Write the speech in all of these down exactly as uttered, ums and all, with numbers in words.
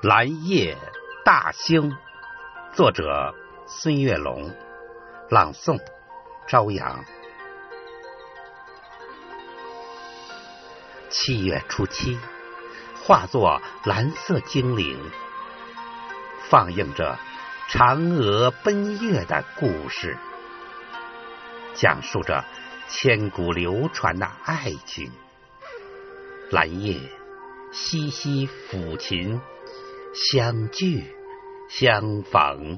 蓝夜大兴，作者孙月龙，朗诵朝阳。七月初七，化作蓝色精灵，放映着嫦娥奔月的故事，讲述着千古流传的爱情。蓝夜嬉戏抚琴，相聚相逢。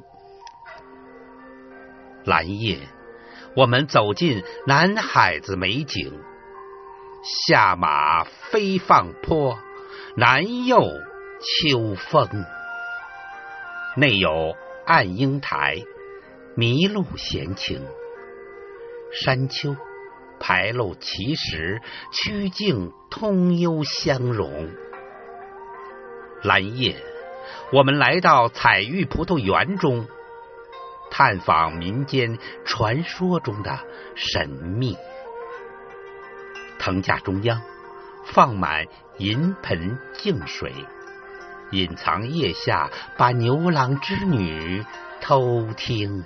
蓝夜，我们走进南海子美景，下马飞放坡，南佑秋风。内有暗英台，麋鹿闲情，山丘排露奇石，曲径通幽相融。蓝夜，我们来到彩玉葡萄园中，探访民间传说中的神秘。藤架中央放满银盆净水，隐藏腋下把牛郎织女偷听。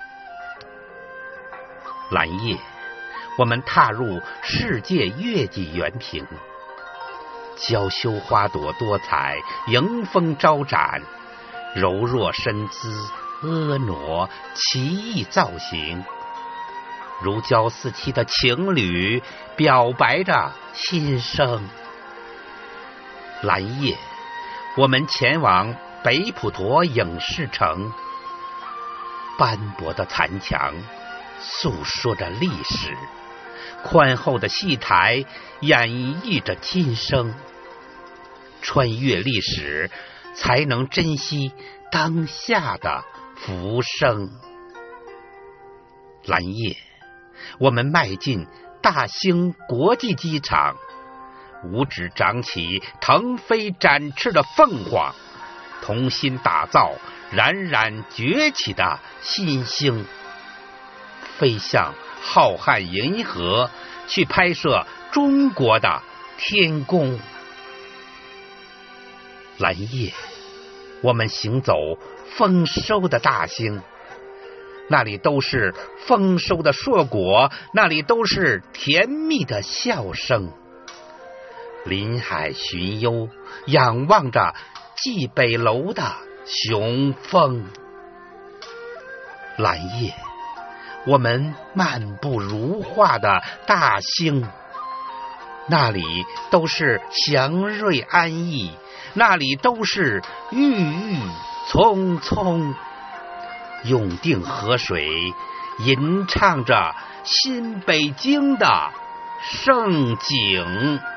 蓝夜，我们踏入世界月季园坪，娇羞花朵多彩，迎风招展，柔弱身姿，婀娜奇异造型，如胶似漆的情侣表白着心声。蓝夜，我们前往北普陀影视城，斑驳的残墙诉说着历史，宽厚的戏台演绎着今生。穿越历史，才能珍惜当下的浮生。蓝夜，我们迈进大兴国际机场，五指长起腾飞展翅的凤凰，同心打造冉冉崛起的新星，飞向浩瀚银河，去拍摄中国的天宫。蓝夜，我们行走丰收的大兴，那里都是丰收的硕果，那里都是甜蜜的笑声。临海寻幽，仰望着蓟北楼的雄风。蓝夜，我们漫步如画的大兴，那里都是祥瑞安逸，那里都是郁郁葱葱。永定河水吟唱着新北京的盛景。